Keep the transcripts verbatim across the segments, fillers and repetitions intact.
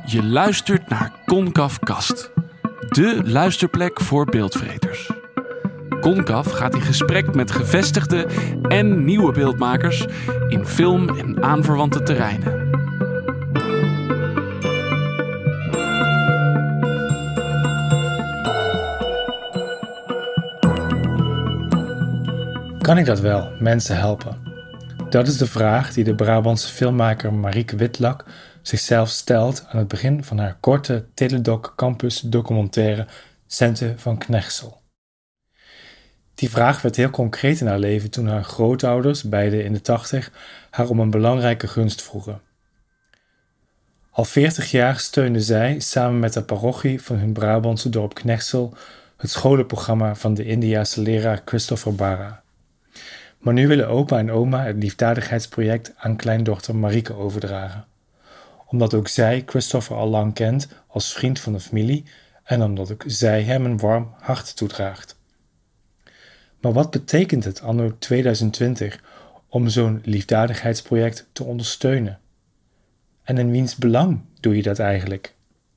Je luistert naar Concafcast, de luisterplek voor beeldvreters. Concaf gaat in gesprek met gevestigde en nieuwe beeldmakers in film en aanverwante terreinen. Kan ik dat wel, mensen helpen? Dat is de vraag die de Brabantse filmmaker Marieke Witlak zichzelf stelt aan het begin van haar korte Teledoc Campus documentaire Sente van Knechtsel. Die vraag werd heel concreet in haar leven toen haar grootouders, beide in de tachtig, haar om een belangrijke gunst vroegen. Al veertig jaar steunde zij, samen met de parochie van hun Brabantse dorp Knechtsel, het scholenprogramma van de Indiase leraar Christopher Bara. Maar nu willen opa en oma het liefdadigheidsproject aan kleindochter Marieke overdragen. Omdat ook zij Christopher al lang kent als vriend van de familie en omdat ook zij hem een warm hart toedraagt. Maar wat betekent het anno tweeduizend twintig om zo'n liefdadigheidsproject te ondersteunen? En in wiens belang doe je dat eigenlijk?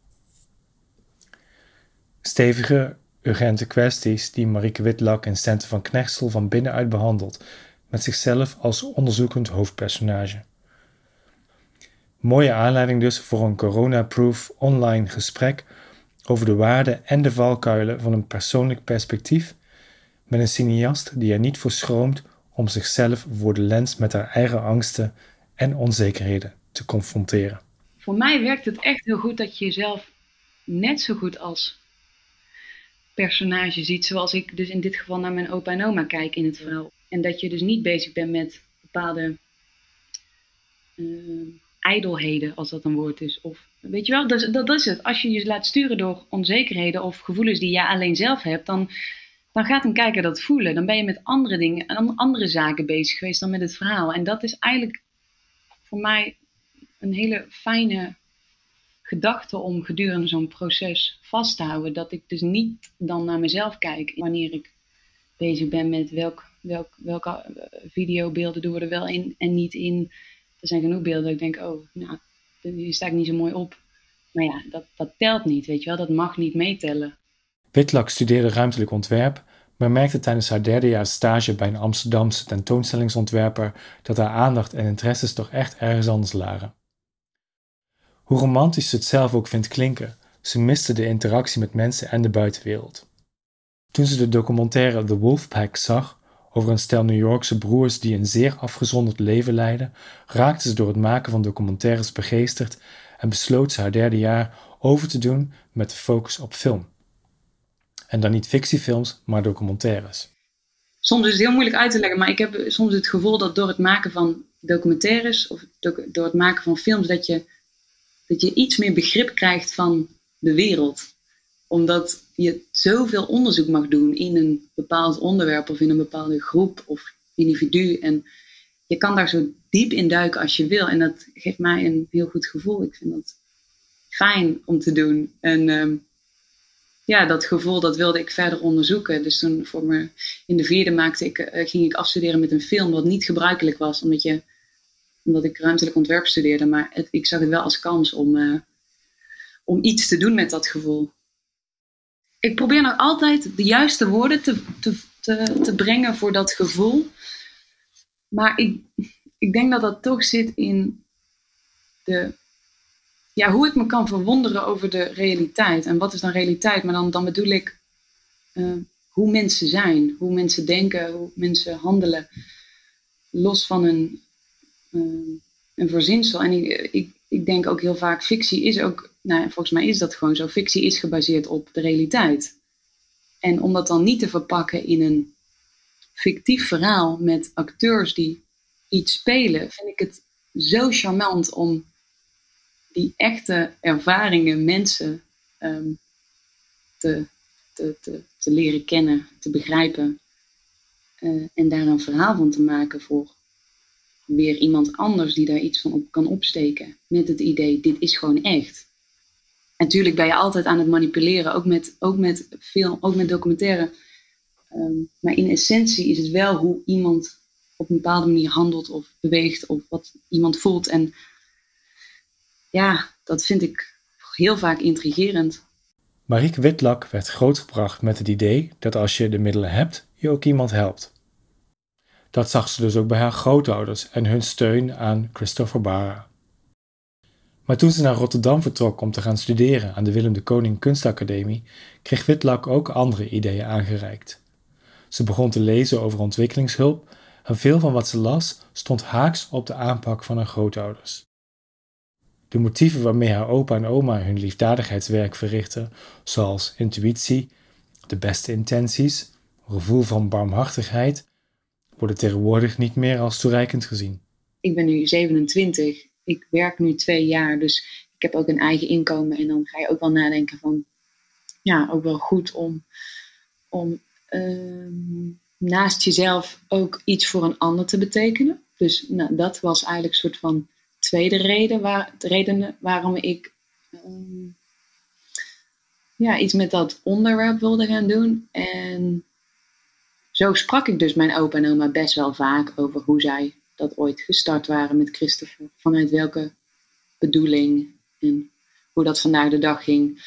Stevige, urgente kwesties die Marieke Witlak in Sente van Knechtsel van binnenuit behandelt, met zichzelf als onderzoekend hoofdpersonage. Mooie aanleiding dus voor een corona-proof online gesprek over de waarden en de valkuilen van een persoonlijk perspectief met een cineast die er niet voor schroomt om zichzelf voor de lens met haar eigen angsten en onzekerheden te confronteren. Voor mij werkt het echt heel goed dat je jezelf net zo goed als personage ziet, zoals ik dus in dit geval naar mijn opa en oma kijk in het verhaal. En dat je dus niet bezig bent met bepaalde uh, ijdelheden, als dat een woord is. Of, weet je wel, dat, dat is het. Als je je laat sturen door onzekerheden of gevoelens die je alleen zelf hebt, dan, dan gaat een kijker dat voelen. Dan ben je met andere dingen, andere zaken bezig geweest dan met het verhaal. En dat is eigenlijk voor mij een hele fijne gedachte om gedurende zo'n proces vast te houden. Dat ik dus niet dan naar mezelf kijk wanneer ik bezig ben met welk, welk, welke videobeelden doen we er wel in en niet in. Er zijn genoeg beelden dat ik denk, oh, nou, hier sta ik niet zo mooi op. Maar ja, dat, dat telt niet, weet je wel. Dat mag niet meetellen. Witlak studeerde ruimtelijk ontwerp, maar merkte tijdens haar derdejaars stage bij een Amsterdamse tentoonstellingsontwerper dat haar aandacht en interesses toch echt ergens anders lagen. Hoe romantisch ze het zelf ook vindt klinken, ze miste de interactie met mensen en de buitenwereld. Toen ze de documentaire The Wolfpack zag, over een stel New Yorkse broers die een zeer afgezonderd leven leiden, raakte ze door het maken van documentaires begeesterd en besloot ze haar derde jaar over te doen met de focus op film. En dan niet fictiefilms, maar documentaires. Soms is het heel moeilijk uit te leggen, maar ik heb soms het gevoel dat door het maken van documentaires of door het maken van films dat je dat je iets meer begrip krijgt van de wereld. Omdat je zoveel onderzoek mag doen in een bepaald onderwerp of in een bepaalde groep of individu. En je kan daar zo diep in duiken als je wil. En dat geeft mij een heel goed gevoel. Ik vind dat fijn om te doen. En um, ja, dat gevoel dat wilde ik verder onderzoeken. Dus toen voor me in de vierde maakte ik, uh, ging ik afstuderen met een film wat niet gebruikelijk was. Omdat je... Omdat ik ruimtelijk ontwerp studeerde. Maar het, ik zag het wel als kans om, uh, om iets te doen met dat gevoel. Ik probeer nog altijd de juiste woorden te, te, te, te brengen voor dat gevoel. Maar ik, ik denk dat dat toch zit in de, ja, hoe ik me kan verwonderen over de realiteit. En wat is dan realiteit? Maar dan, dan bedoel ik uh, hoe mensen zijn. Hoe mensen denken. Hoe mensen handelen. Los van een... Uh, een verzinsel. En ik, ik, ik denk ook heel vaak, fictie is ook, nou, volgens mij is dat gewoon zo, fictie is gebaseerd op de realiteit. En om dat dan niet te verpakken in een fictief verhaal met acteurs die iets spelen, vind ik het zo charmant om die echte ervaringen mensen um, te, te, te, te leren kennen, te begrijpen uh, en daar een verhaal van te maken voor weer iemand anders die daar iets van op kan opsteken. Met het idee, dit is gewoon echt. En natuurlijk ben je altijd aan het manipuleren, ook met, ook met film, ook met documentaire. Um, maar in essentie is het wel hoe iemand op een bepaalde manier handelt of beweegt of wat iemand voelt. En ja, dat vind ik heel vaak intrigerend. Marieke Witlak werd grootgebracht met het idee dat als je de middelen hebt, je ook iemand helpt. Dat zag ze dus ook bij haar grootouders en hun steun aan Christopher Bara. Maar toen ze naar Rotterdam vertrok om te gaan studeren aan de Willem de Koning Kunstacademie, kreeg Witlak ook andere ideeën aangereikt. Ze begon te lezen over ontwikkelingshulp en veel van wat ze las stond haaks op de aanpak van haar grootouders. De motieven waarmee haar opa en oma hun liefdadigheidswerk verrichtten, zoals intuïtie, de beste intenties, gevoel van barmhartigheid, worden tegenwoordig niet meer als toereikend gezien. Ik ben nu zevenentwintig, ik werk nu twee jaar, dus ik heb ook een eigen inkomen. En dan ga je ook wel nadenken van, ja, ook wel goed om, om uh, naast jezelf ook iets voor een ander te betekenen. Dus nou, dat was eigenlijk een soort van tweede reden, waar, de redenen waarom ik um, ja, iets met dat onderwerp wilde gaan doen. En zo sprak ik dus mijn opa en oma best wel vaak over hoe zij dat ooit gestart waren met Christopher. Vanuit welke bedoeling en hoe dat vandaag de dag ging.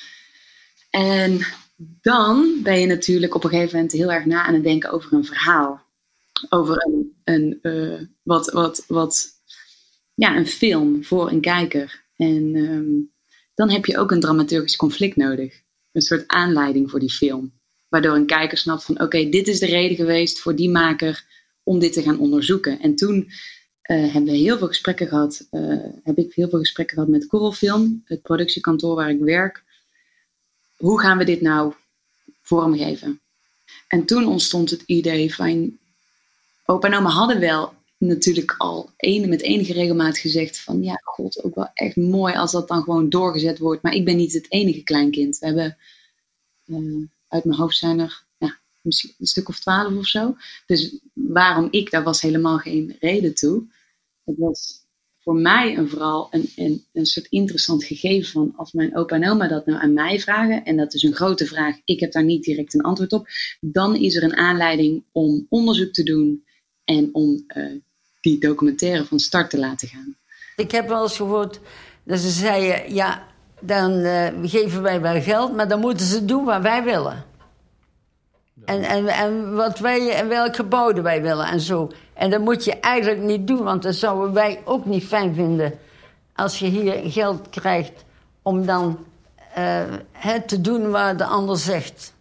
En dan ben je natuurlijk op een gegeven moment heel erg na aan het denken over een verhaal. Over een, een uh, wat, wat, wat, ja, een film voor een kijker. En um, dan heb je ook een dramaturgisch conflict nodig. Een soort aanleiding voor die film. Waardoor een kijker snapt van, oké, okay, dit is de reden geweest voor die maker om dit te gaan onderzoeken. En toen uh, hebben we heel veel gesprekken gehad. Uh, heb ik heel veel gesprekken gehad met Korrelfilm, het productiekantoor waar ik werk. Hoe gaan we dit nou vormgeven? En toen ontstond het idee van, opa en oma hadden wel natuurlijk al een, met enige regelmaat gezegd van, ja, god, ook wel echt mooi als dat dan gewoon doorgezet wordt. Maar ik ben niet het enige kleinkind. We hebben, uh, uit mijn hoofd zijn er, ja, misschien een stuk of twaalf of zo. Dus waarom ik, daar was helemaal geen reden toe. Het was voor mij een vooral een, een, een soort interessant gegeven van, als mijn opa en oma dat nou aan mij vragen, en dat is een grote vraag, ik heb daar niet direct een antwoord op, dan is er een aanleiding om onderzoek te doen en om uh, die documentaire van start te laten gaan. Ik heb wel eens gehoord dat ze zeiden, ja, dan uh, geven wij wel geld, maar dan moeten ze doen wat wij willen. Ja. En, en, en wat wij, en welke gebouwen wij willen en zo. En dat moet je eigenlijk niet doen, want dat zouden wij ook niet fijn vinden als je hier geld krijgt om dan uh, het te doen wat de ander zegt.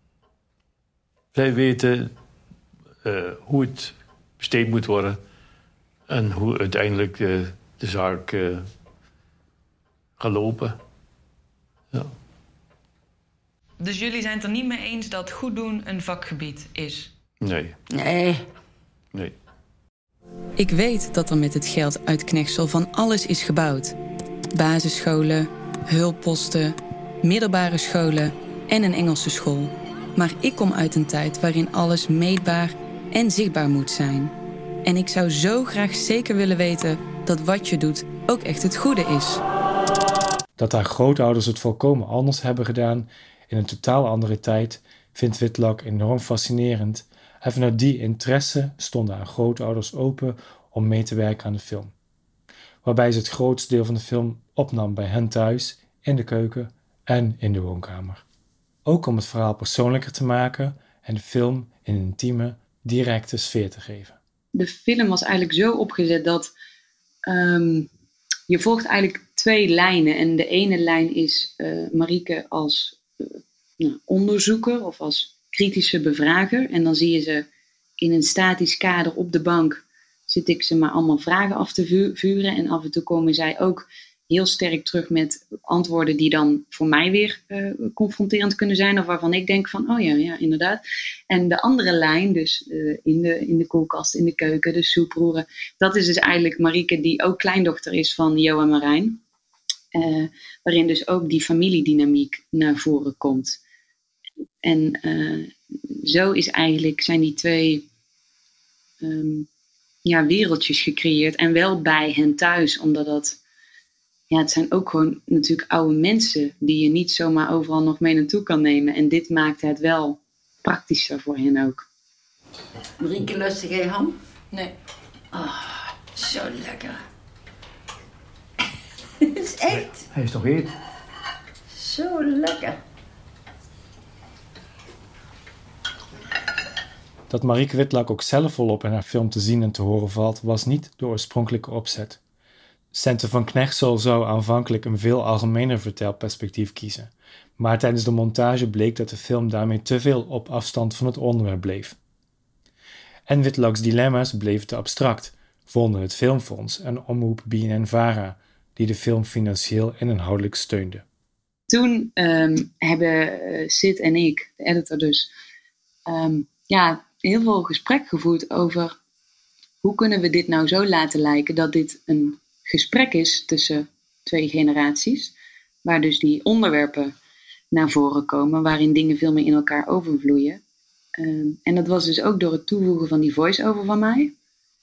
Zij weten uh, hoe het besteed moet worden en hoe uiteindelijk uh, de zaak uh, gaat lopen. Ja. Dus jullie zijn het er niet mee eens dat goed doen een vakgebied is? Nee. Nee. Nee. Ik weet dat er met het geld uit Knechtsel van alles is gebouwd. Basisscholen, hulpposten, middelbare scholen en een Engelse school. Maar ik kom uit een tijd waarin alles meetbaar en zichtbaar moet zijn. En ik zou zo graag zeker willen weten dat wat je doet ook echt het goede is. Dat haar grootouders het volkomen anders hebben gedaan in een totaal andere tijd, vindt Witlak enorm fascinerend. En vanuit die interesse stonden haar grootouders open om mee te werken aan de film. Waarbij ze het grootste deel van de film opnam bij hen thuis, in de keuken en in de woonkamer. Ook om het verhaal persoonlijker te maken en de film in een intieme, directe sfeer te geven. De film was eigenlijk zo opgezet dat um, je volgt eigenlijk twee lijnen. En de ene lijn is uh, Marieke als uh, nou, onderzoeker of als kritische bevrager. En dan zie je ze in een statisch kader op de bank, zit ik ze maar allemaal vragen af te vuren. En af en toe komen zij ook heel sterk terug met antwoorden die dan voor mij weer uh, confronterend kunnen zijn. Of waarvan ik denk van, oh ja, ja, inderdaad. En de andere lijn, dus uh, in, de, in de koelkast, in de keuken, de soep roeren. Dat is dus eigenlijk Marieke, die ook kleindochter is van Jo en Marijn. Uh, waarin dus ook die familiedynamiek naar voren komt. En uh, zo is eigenlijk, zijn die twee um, ja, wereldjes gecreëerd. En wel bij hen thuis, omdat dat, ja, het zijn ook gewoon natuurlijk oude mensen die je niet zomaar overal nog mee naartoe kan nemen. En dit maakt het wel praktischer voor hen ook. Marieke, lustig jij ham? Nee. Oh, zo lekker. Het is echt. Hij is toch heet? Zo lekker. Dat Marieke Witlak ook zelf volop in haar film te zien en te horen valt, was niet de oorspronkelijke opzet. Sente van Knechtsel zou aanvankelijk een veel algemener vertelperspectief kiezen, maar tijdens de montage bleek dat de film daarmee te veel op afstand van het onderwerp bleef. En Witlaks dilemma's bleven te abstract, vonden het Filmfonds en omroep B N N-Vara, die de film financieel en inhoudelijk steunde. Toen um, hebben Sid en ik, de editor dus, um, ja, heel veel gesprek gevoerd over hoe kunnen we dit nou zo laten lijken dat dit een gesprek is tussen twee generaties, waar dus die onderwerpen naar voren komen, waarin dingen veel meer in elkaar overvloeien. Um, en dat was dus ook door het toevoegen van die voice-over van mij.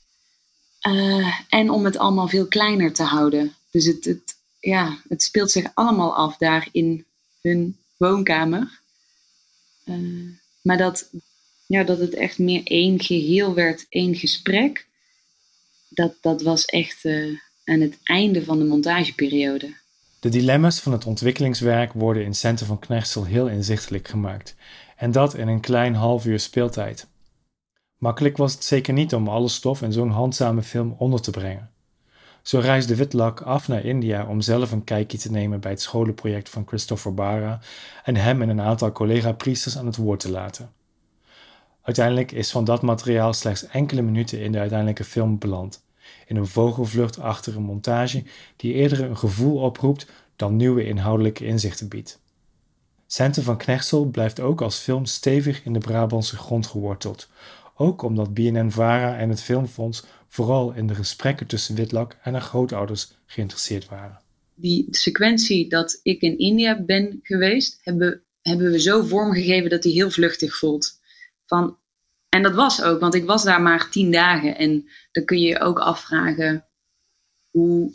Uh, en om het allemaal veel kleiner te houden. Dus het, het, ja, het speelt zich allemaal af daar in hun woonkamer. Uh, maar dat, ja, dat het echt meer één geheel werd, één gesprek. Dat, dat was echt uh, aan het einde van de montageperiode. De dilemma's van het ontwikkelingswerk worden in Sente van Knechtsel heel inzichtelijk gemaakt. En dat in een klein half uur speeltijd. Makkelijk was het zeker niet om alle stof in zo'n handzame film onder te brengen. Zo reisde Witlak af naar India om zelf een kijkje te nemen bij het scholenproject van Christopher Bara en hem en een aantal collega-priesters aan het woord te laten. Uiteindelijk is van dat materiaal slechts enkele minuten in de uiteindelijke film beland, in een vogelvluchtachtige montage die eerder een gevoel oproept dan nieuwe inhoudelijke inzichten biedt. Sente van Knechtsel blijft ook als film stevig in de Brabantse grond geworteld, ook omdat B N N-Vara en het Filmfonds vooral in de gesprekken tussen Witlak en haar grootouders geïnteresseerd waren. Die sequentie dat ik in India ben geweest, hebben, hebben we zo vormgegeven dat die heel vluchtig voelt. Van, en dat was ook, want ik was daar maar tien dagen. En dan kun je je ook afvragen hoe,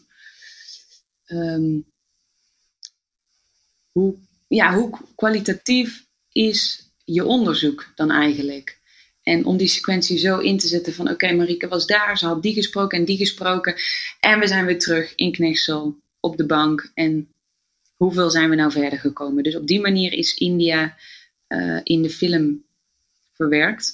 um, hoe, ja, hoe kwalitatief is je onderzoek dan eigenlijk. En om die sequentie zo in te zetten van oké, okay, Marieke was daar, ze had die gesproken en die gesproken. En we zijn weer terug in Knechtsel op de bank. En hoeveel zijn we nou verder gekomen? Dus op die manier is India uh, in de film verwerkt.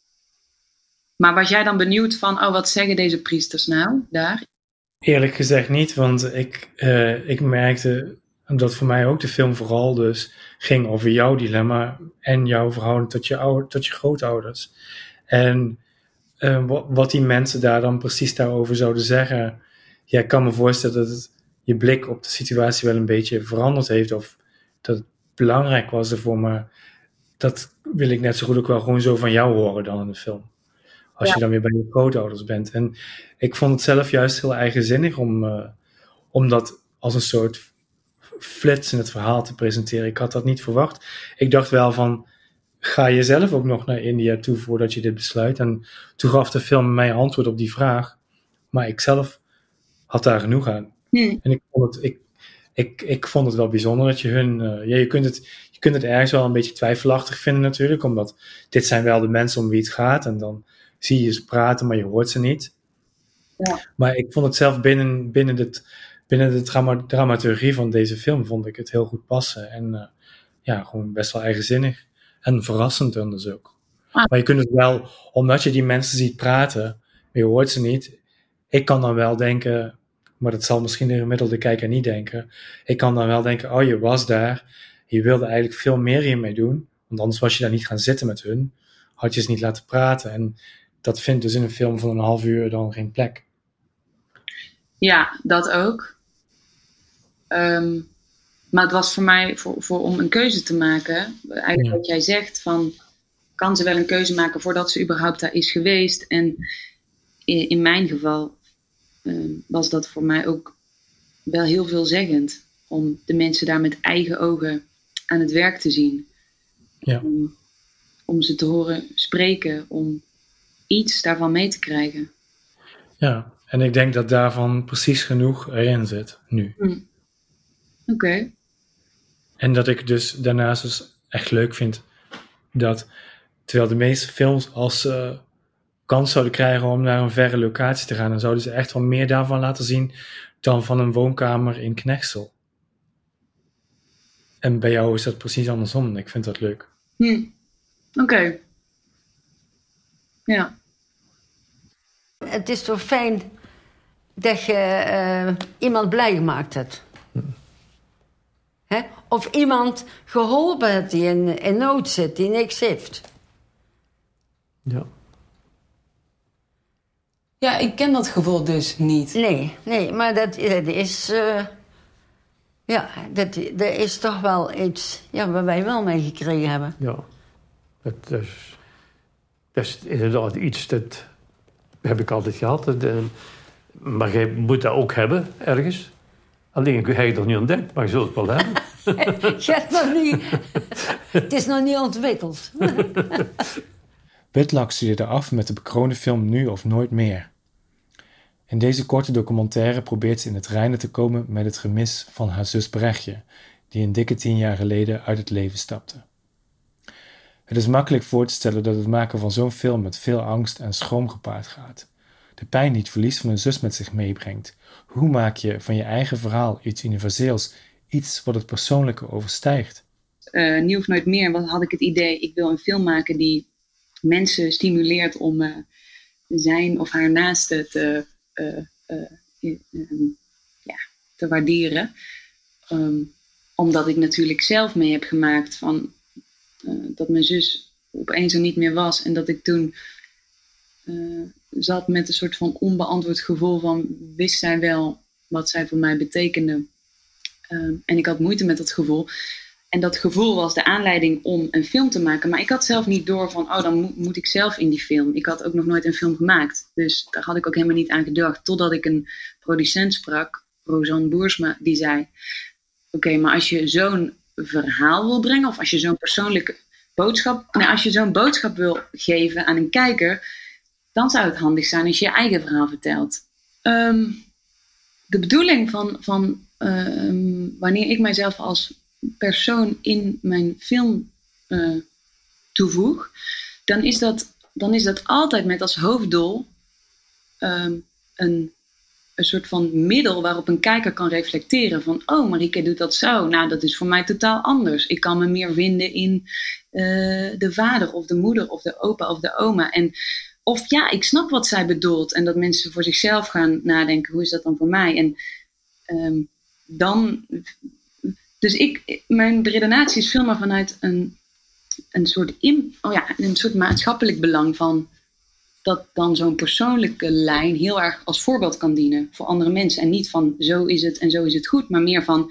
Maar was jij dan benieuwd van, oh, wat zeggen deze priesters nou daar? Eerlijk gezegd niet, want ik, uh, ik merkte dat voor mij ook de film vooral dus ging over jouw dilemma en jouw verhouding tot je, oude, tot je grootouders. En uh, wat, wat die mensen daar dan precies daarover zouden zeggen, ja, ik kan me voorstellen dat het je blik op de situatie wel een beetje veranderd heeft, of dat het belangrijk was ervoor, maar dat wil ik net zo goed ook wel gewoon zo van jou horen dan in de film. Als ja. je dan weer bij je grootouders bent. En ik vond het zelf juist heel eigenzinnig om, uh, om dat als een soort flits in het verhaal te presenteren. Ik had dat niet verwacht. Ik dacht wel van, ga je zelf ook nog naar India toe voordat je dit besluit? En toen gaf de film mij antwoord op die vraag. Maar ik zelf had daar genoeg aan. Hmm. En ik vond het, ik, ik, ik vond het wel bijzonder dat je hun... Uh, ja, je kunt het, je kunt het ergens wel een beetje twijfelachtig vinden natuurlijk, omdat dit zijn wel de mensen om wie het gaat. En dan zie je ze praten, maar je hoort ze niet. Ja. Maar ik vond het zelf binnen, binnen, het, binnen de drama, dramaturgie van deze film vond ik het heel goed passen. En uh, ja, gewoon best wel eigenzinnig. En verrassend dan dus ook. Ah. Maar je kunt het wel, omdat je die mensen ziet praten, maar je hoort ze niet. Ik kan dan wel denken, maar dat zal misschien de gemiddelde kijker niet denken. Ik kan dan wel denken, oh, je was daar. Je wilde eigenlijk veel meer hiermee doen. Want anders was je daar niet gaan zitten met hun. Had je ze niet laten praten. En dat vindt dus in een film van een half uur dan geen plek. Ja, dat ook. Um, maar het was voor mij, voor, voor, om een keuze te maken, eigenlijk ja. wat jij zegt, van kan ze wel een keuze maken voordat ze überhaupt daar is geweest. En in, in mijn geval um, was dat voor mij ook wel heel veelzeggend. Om de mensen daar met eigen ogen aan het werk te zien. Ja. Um, om ze te horen spreken, om iets daarvan mee te krijgen. Ja, en ik denk dat daarvan precies genoeg erin zit, nu. Mm. Oké. Okay. En dat ik dus daarnaast dus echt leuk vind dat, terwijl de meeste films als ze kans zouden krijgen om naar een verre locatie te gaan, dan zouden ze echt wel meer daarvan laten zien dan van een woonkamer in Knechtsel. En bij jou is dat precies andersom. Ik vind dat leuk. Hm. Oké. Okay. Ja. Het is toch fijn dat je uh, iemand blij gemaakt hebt. Hm. Hè? Of iemand geholpen hebt die in, in nood zit, die niks heeft. Ja. Ja, ik ken dat gevoel dus niet. Nee, nee, maar dat, dat is... Uh, ja, dat, dat is toch wel iets ja, waar wij wel mee gekregen hebben. Ja, dat, dat, is, dat is inderdaad iets dat heb ik altijd gehad. Dat, uh, maar je moet dat ook hebben, ergens. Alleen heb je het nog niet ontdekt, maar je zult het wel hebben. Je hebt nog niet... Het is nog niet ontwikkeld. Whitlock studeerde af met de bekroonde film Nu of Nooit Meer. In deze korte documentaire probeert ze in het reine te komen met het gemis van haar zus Brechtje, die een dikke tien jaar geleden uit het leven stapte. Het is makkelijk voor te stellen dat het maken van zo'n film met veel angst en schroom gepaard gaat. De pijn die het verlies van een zus met zich meebrengt. Hoe maak je van je eigen verhaal iets universeels, iets wat het persoonlijke overstijgt? Uh, Nu of Nooit Meer had ik het idee, ik wil een film maken die mensen stimuleert om uh, zijn of haar naaste te, uh, uh, uh, ja, te waarderen. Um, omdat ik natuurlijk zelf mee heb gemaakt van uh, dat mijn zus opeens er niet meer was. En dat ik toen uh, zat met een soort van onbeantwoord gevoel van wist zij wel wat zij voor mij betekende. Um, en ik had moeite met dat gevoel. En dat gevoel was de aanleiding om een film te maken. Maar ik had zelf niet door van, oh, dan mo- moet ik zelf in die film. Ik had ook nog nooit een film gemaakt. Dus daar had ik ook helemaal niet aan gedacht. Totdat ik een producent sprak, Rosanne Boersma, die zei... Oké, okay, maar als je zo'n verhaal wil brengen... of als je zo'n persoonlijke boodschap... Nou, als je zo'n boodschap wil geven aan een kijker... dan zou het handig zijn als je je eigen verhaal vertelt. Um, de bedoeling van, van um, wanneer ik mijzelf als... persoon in mijn film uh, toevoeg, dan is, dat, dan is dat altijd met als hoofddoel um, een, een soort van middel waarop een kijker kan reflecteren van, oh, Marieke doet dat zo. Nou, dat is voor mij totaal anders. Ik kan me meer vinden in uh, de vader of de moeder of de opa of de oma. En, of ja, ik snap wat zij bedoelt en dat mensen voor zichzelf gaan nadenken, hoe is dat dan voor mij? En um, dan... Dus ik, mijn redenatie is veel maar vanuit een, een, soort in, oh ja, een soort maatschappelijk belang van dat dan zo'n persoonlijke lijn heel erg als voorbeeld kan dienen voor andere mensen. En niet van zo is het en zo is het goed, maar meer van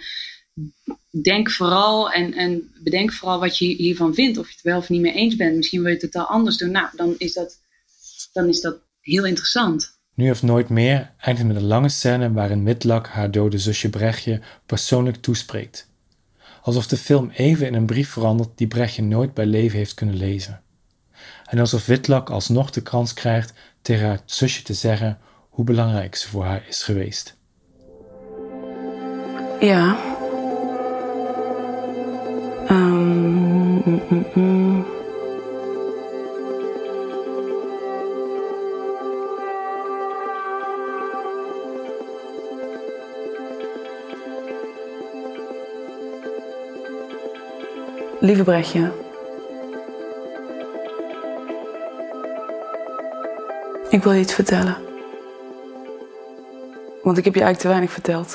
denk vooral en, en bedenk vooral wat je hiervan vindt. Of je het wel of niet mee eens bent. Misschien wil je het totaal anders doen. Nou, dan is dat, dan is dat heel interessant. Nu of Nooit Meer eindigt met een lange scène waarin Whitlock haar dode zusje Brechtje persoonlijk toespreekt. Alsof de film even in een brief verandert die Brechtje nooit bij leven heeft kunnen lezen. En alsof Whitlock alsnog de kans krijgt tegen haar zusje te zeggen hoe belangrijk ze voor haar is geweest. Ja. Um, mm, mm, mm. Lieve Brechtje. Ik wil je iets vertellen. Want ik heb je eigenlijk te weinig verteld.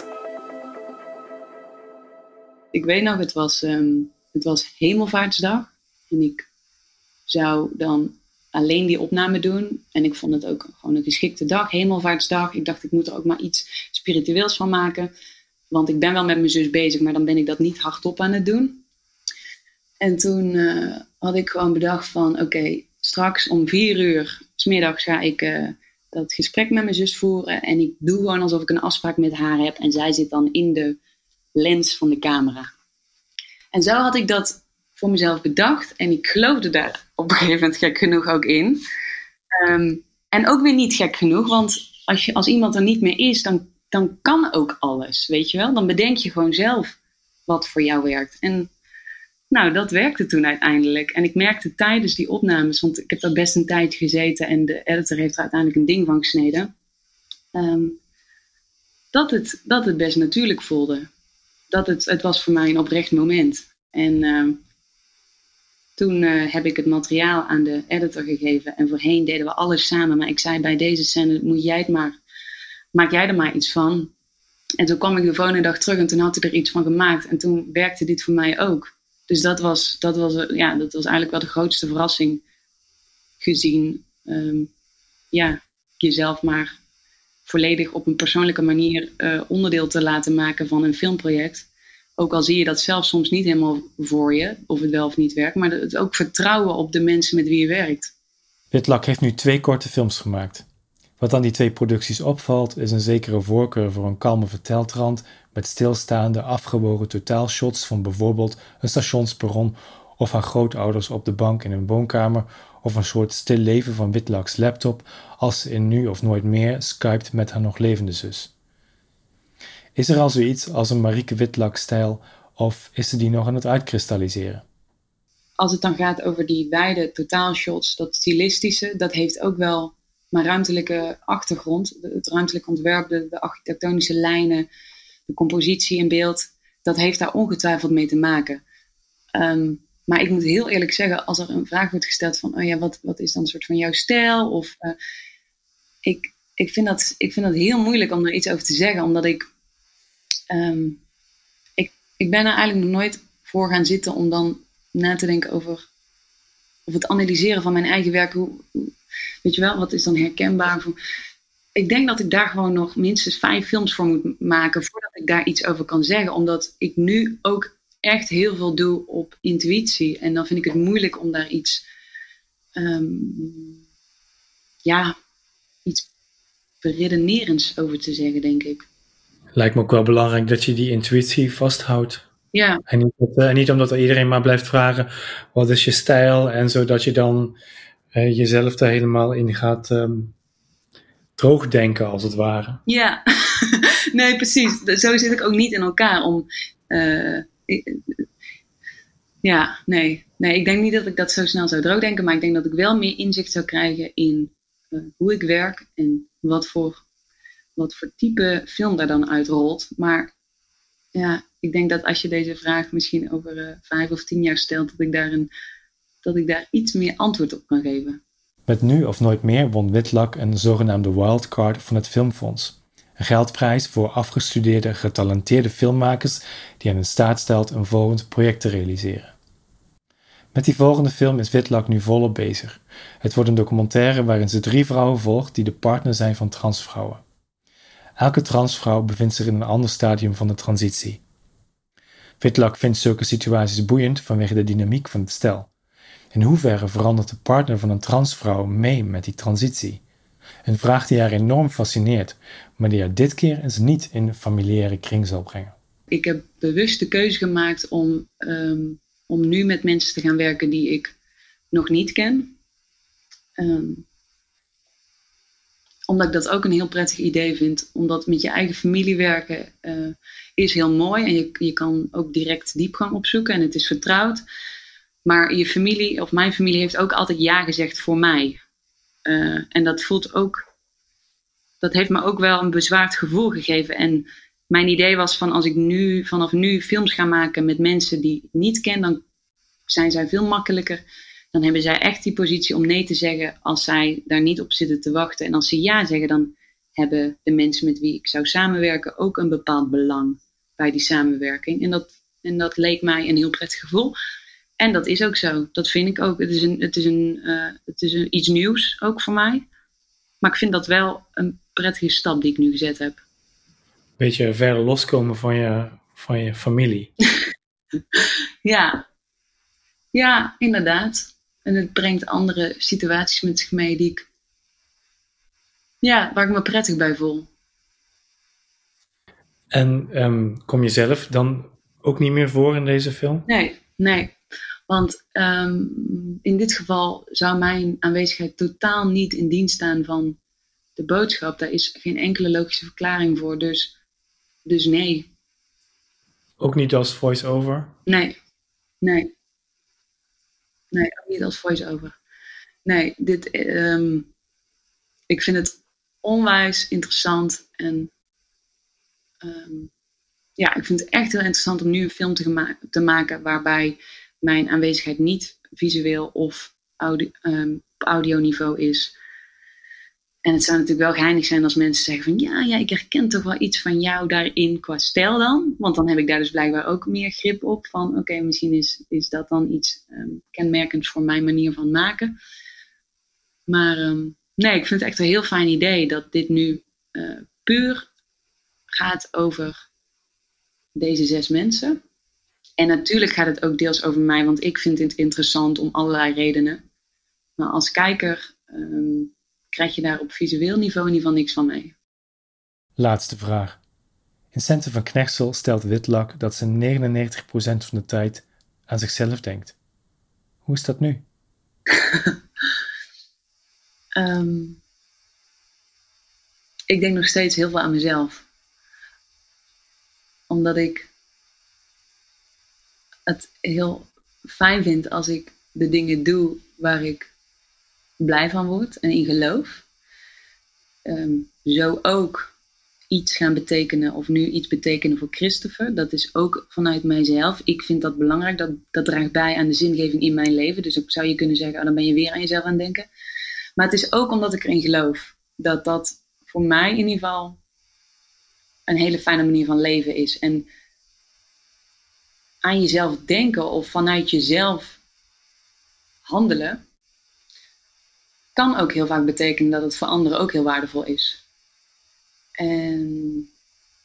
Ik weet nog, het was, um, het was Hemelvaartsdag. En ik zou dan alleen die opname doen. En ik vond het ook gewoon een geschikte dag, Hemelvaartsdag. Ik dacht, ik moet er ook maar iets spiritueels van maken. Want ik ben wel met mijn zus bezig, maar dan ben ik dat niet hardop aan het doen. En toen uh, had ik gewoon bedacht van, oké, okay, straks om vier uur 's middags ga ik uh, dat gesprek met mijn zus voeren. En ik doe gewoon alsof ik een afspraak met haar heb. En zij zit dan in de lens van de camera. En zo had ik dat voor mezelf bedacht. En ik geloofde daar op een gegeven moment gek genoeg ook in. Um, en ook weer niet gek genoeg, want als, je, als iemand er niet meer is, dan, dan kan ook alles, weet je wel. Dan bedenk je gewoon zelf wat voor jou werkt. En nou, dat werkte toen uiteindelijk. En ik merkte tijdens die opnames, want ik heb daar best een tijd gezeten en de editor heeft er uiteindelijk een ding van gesneden, um, dat, het, dat het best natuurlijk voelde. dat het, het was voor mij een oprecht moment. En uh, toen uh, heb ik het materiaal aan de editor gegeven. En voorheen deden we alles samen. Maar ik zei, bij deze scène moet jij het maar, maak jij er maar iets van. En toen kwam ik de volgende dag terug en toen had hij er iets van gemaakt. En toen werkte dit voor mij ook. Dus dat was, dat was, ja, dat was eigenlijk wel de grootste verrassing. Gezien, um, ja, jezelf maar volledig op een persoonlijke manier uh, onderdeel te laten maken van een filmproject. Ook al zie je dat zelf soms niet helemaal voor je, of het wel of niet werkt. Maar het ook vertrouwen op de mensen met wie je werkt. Witlak heeft nu twee korte films gemaakt. Wat aan die twee producties opvalt, is een zekere voorkeur voor een kalme verteltrand met stilstaande, afgebogen totaalshots van bijvoorbeeld een stationsperron of haar grootouders op de bank in een woonkamer of een soort stil leven van Witlaks laptop als ze in Nu of Nooit Meer skypt met haar nog levende zus. Is er al zoiets als een Marieke Witlak-stijl of is ze die nog aan het uitkristalliseren? Als het dan gaat over die wijde totaalshots, dat stilistische, dat heeft ook wel mijn ruimtelijke achtergrond. Het ruimtelijk ontwerp, de, de architectonische lijnen, de compositie in beeld, dat heeft daar ongetwijfeld mee te maken. Um, maar ik moet heel eerlijk zeggen, als er een vraag wordt gesteld van, oh ja, wat, wat is dan een soort van jouw stijl? Of, uh, ik, ik, vind dat, ik vind dat heel moeilijk om er iets over te zeggen, omdat ik, um, ik, ik ben er eigenlijk nog nooit voor gaan zitten om dan na te denken over, of het analyseren van mijn eigen werk. Hoe, hoe, weet je wel, wat is dan herkenbaar? Voor, ik denk dat ik daar gewoon nog minstens vijf films voor moet maken voordat ik daar iets over kan zeggen, omdat ik nu ook echt heel veel doe op intuïtie. En dan vind ik het moeilijk om daar iets, um, ja, iets beredenerends over te zeggen, denk ik. Lijkt me ook wel belangrijk dat je die intuïtie vasthoudt. Ja. En niet, dat, uh, niet omdat er iedereen maar blijft vragen, wat is je stijl? En zodat je dan uh, jezelf er helemaal in gaat um, droogdenken, als het ware. Ja, nee, precies. Zo zit ik ook niet in elkaar om... Uh, ik, ja, nee. nee. Ik denk niet dat ik dat zo snel zou droogdenken, maar ik denk dat ik wel meer inzicht zou krijgen in uh, hoe ik werk en wat voor, wat voor type film daar dan uitrolt. Maar ja, ik denk dat als je deze vraag misschien over uh, vijf of tien jaar stelt, dat ik, daar een, dat ik daar iets meer antwoord op kan geven. Met Nu of Nooit Meer won Witlak een zogenaamde wildcard van het Filmfonds. Een geldprijs voor afgestudeerde, getalenteerde filmmakers die hen in staat stelt een volgend project te realiseren. Met die volgende film is Witlak nu volop bezig. Het wordt een documentaire waarin ze drie vrouwen volgt die de partner zijn van transvrouwen. Elke transvrouw bevindt zich in een ander stadium van de transitie. Witlak vindt zulke situaties boeiend vanwege de dynamiek van het stel. In hoeverre verandert de partner van een transvrouw mee met die transitie? Een vraag die haar enorm fascineert, maar die haar dit keer eens niet in een familiaire kring zal brengen. Ik heb bewust de keuze gemaakt om, um, om nu met mensen te gaan werken die ik nog niet ken. Um, omdat ik dat ook een heel prettig idee vind. Omdat met je eigen familie werken uh, is heel mooi. En je, je kan ook direct diepgang opzoeken en het is vertrouwd. Maar je familie, of mijn familie, heeft ook altijd ja gezegd voor mij. Uh, en dat voelt ook, dat heeft me ook wel een bezwaard gevoel gegeven. En mijn idee was van als ik nu, vanaf nu films ga maken met mensen die ik niet ken, dan zijn zij veel makkelijker. Dan hebben zij echt die positie om nee te zeggen als zij daar niet op zitten te wachten. En als ze ja zeggen, dan hebben de mensen met wie ik zou samenwerken ook een bepaald belang bij die samenwerking. En dat, en dat leek mij een heel prettig gevoel. En dat is ook zo. Dat vind ik ook. Het is, een, het is, een, uh, het is een, iets nieuws ook voor mij. Maar ik vind dat wel een prettige stap die ik nu gezet heb. Beetje verder loskomen van je, van je familie. Ja. Ja, inderdaad. En het brengt andere situaties met zich mee die ik... Ja, waar ik me prettig bij voel. En um, kom je zelf dan ook niet meer voor in deze film? Nee, nee. Want um, in dit geval zou mijn aanwezigheid totaal niet in dienst staan van de boodschap. Daar is geen enkele logische verklaring voor. Dus, dus nee. Ook niet als voice-over? Nee, nee. Nee, ook niet als voice-over. Nee, dit, um, ik vind het onwijs interessant en um, ja, ik vind het echt heel interessant om nu een film te, gema- te maken waarbij mijn aanwezigheid niet visueel of audio, um, op audioniveau is. En het zou natuurlijk wel geinig zijn als mensen zeggen van ja, ja, ik herken toch wel iets van jou daarin qua stijl dan. Want dan heb ik daar dus blijkbaar ook meer grip op van oké, okay, misschien is, is dat dan iets um, kenmerkends voor mijn manier van maken. Maar um, nee, ik vind het echt een heel fijn idee dat dit nu uh, puur gaat over deze zes mensen. En natuurlijk gaat het ook deels over mij, want ik vind het interessant om allerlei redenen. Maar als kijker um, krijg je daar op visueel niveau in ieder geval niks van mee. Laatste vraag. In Centen van Knechtsel stelt Whitlock dat ze negenennegentig procent van de tijd aan zichzelf denkt. Hoe is dat nu? um, ik denk nog steeds heel veel aan mezelf. Omdat ik het heel fijn vind als ik de dingen doe waar ik blij van word en in geloof. Um, zo ook iets gaan betekenen of nu iets betekenen voor Christopher. Dat is ook vanuit mijzelf. Ik vind dat belangrijk. Dat, dat draagt bij aan de zingeving in mijn leven. Dus ik zou je kunnen zeggen, oh, dan ben je weer aan jezelf aan het denken. Maar het is ook omdat ik erin geloof. Dat dat voor mij in ieder geval een hele fijne manier van leven is. En aan jezelf denken of vanuit jezelf handelen kan ook heel vaak betekenen dat het voor anderen ook heel waardevol is. En...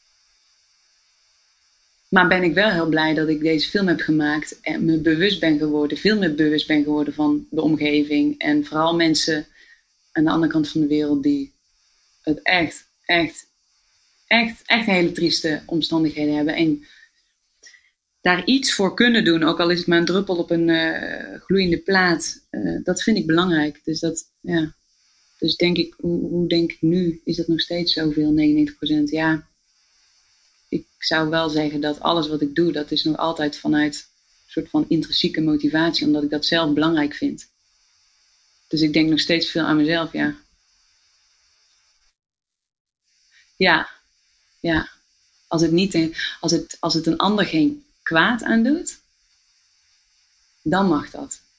Maar ben ik wel heel blij dat ik deze film heb gemaakt en me bewust ben geworden, veel meer bewust ben geworden van de omgeving. En vooral mensen aan de andere kant van de wereld die het echt, echt, echt, echt hele trieste omstandigheden hebben. En daar iets voor kunnen doen, ook al is het maar een druppel op een uh, gloeiende plaat, uh, dat vind ik belangrijk. Dus dat, ja. Dus denk ik, hoe, hoe denk ik nu? Is dat nog steeds zoveel, negenennegentig procent? Ja, ik zou wel zeggen dat alles wat ik doe, dat is nog altijd vanuit een soort van intrinsieke motivatie, omdat ik dat zelf belangrijk vind. Dus ik denk nog steeds veel aan mezelf, ja. Ja, ja. Als het, niet, als het, als het een ander geen kwaad aandoet, dan mag dat.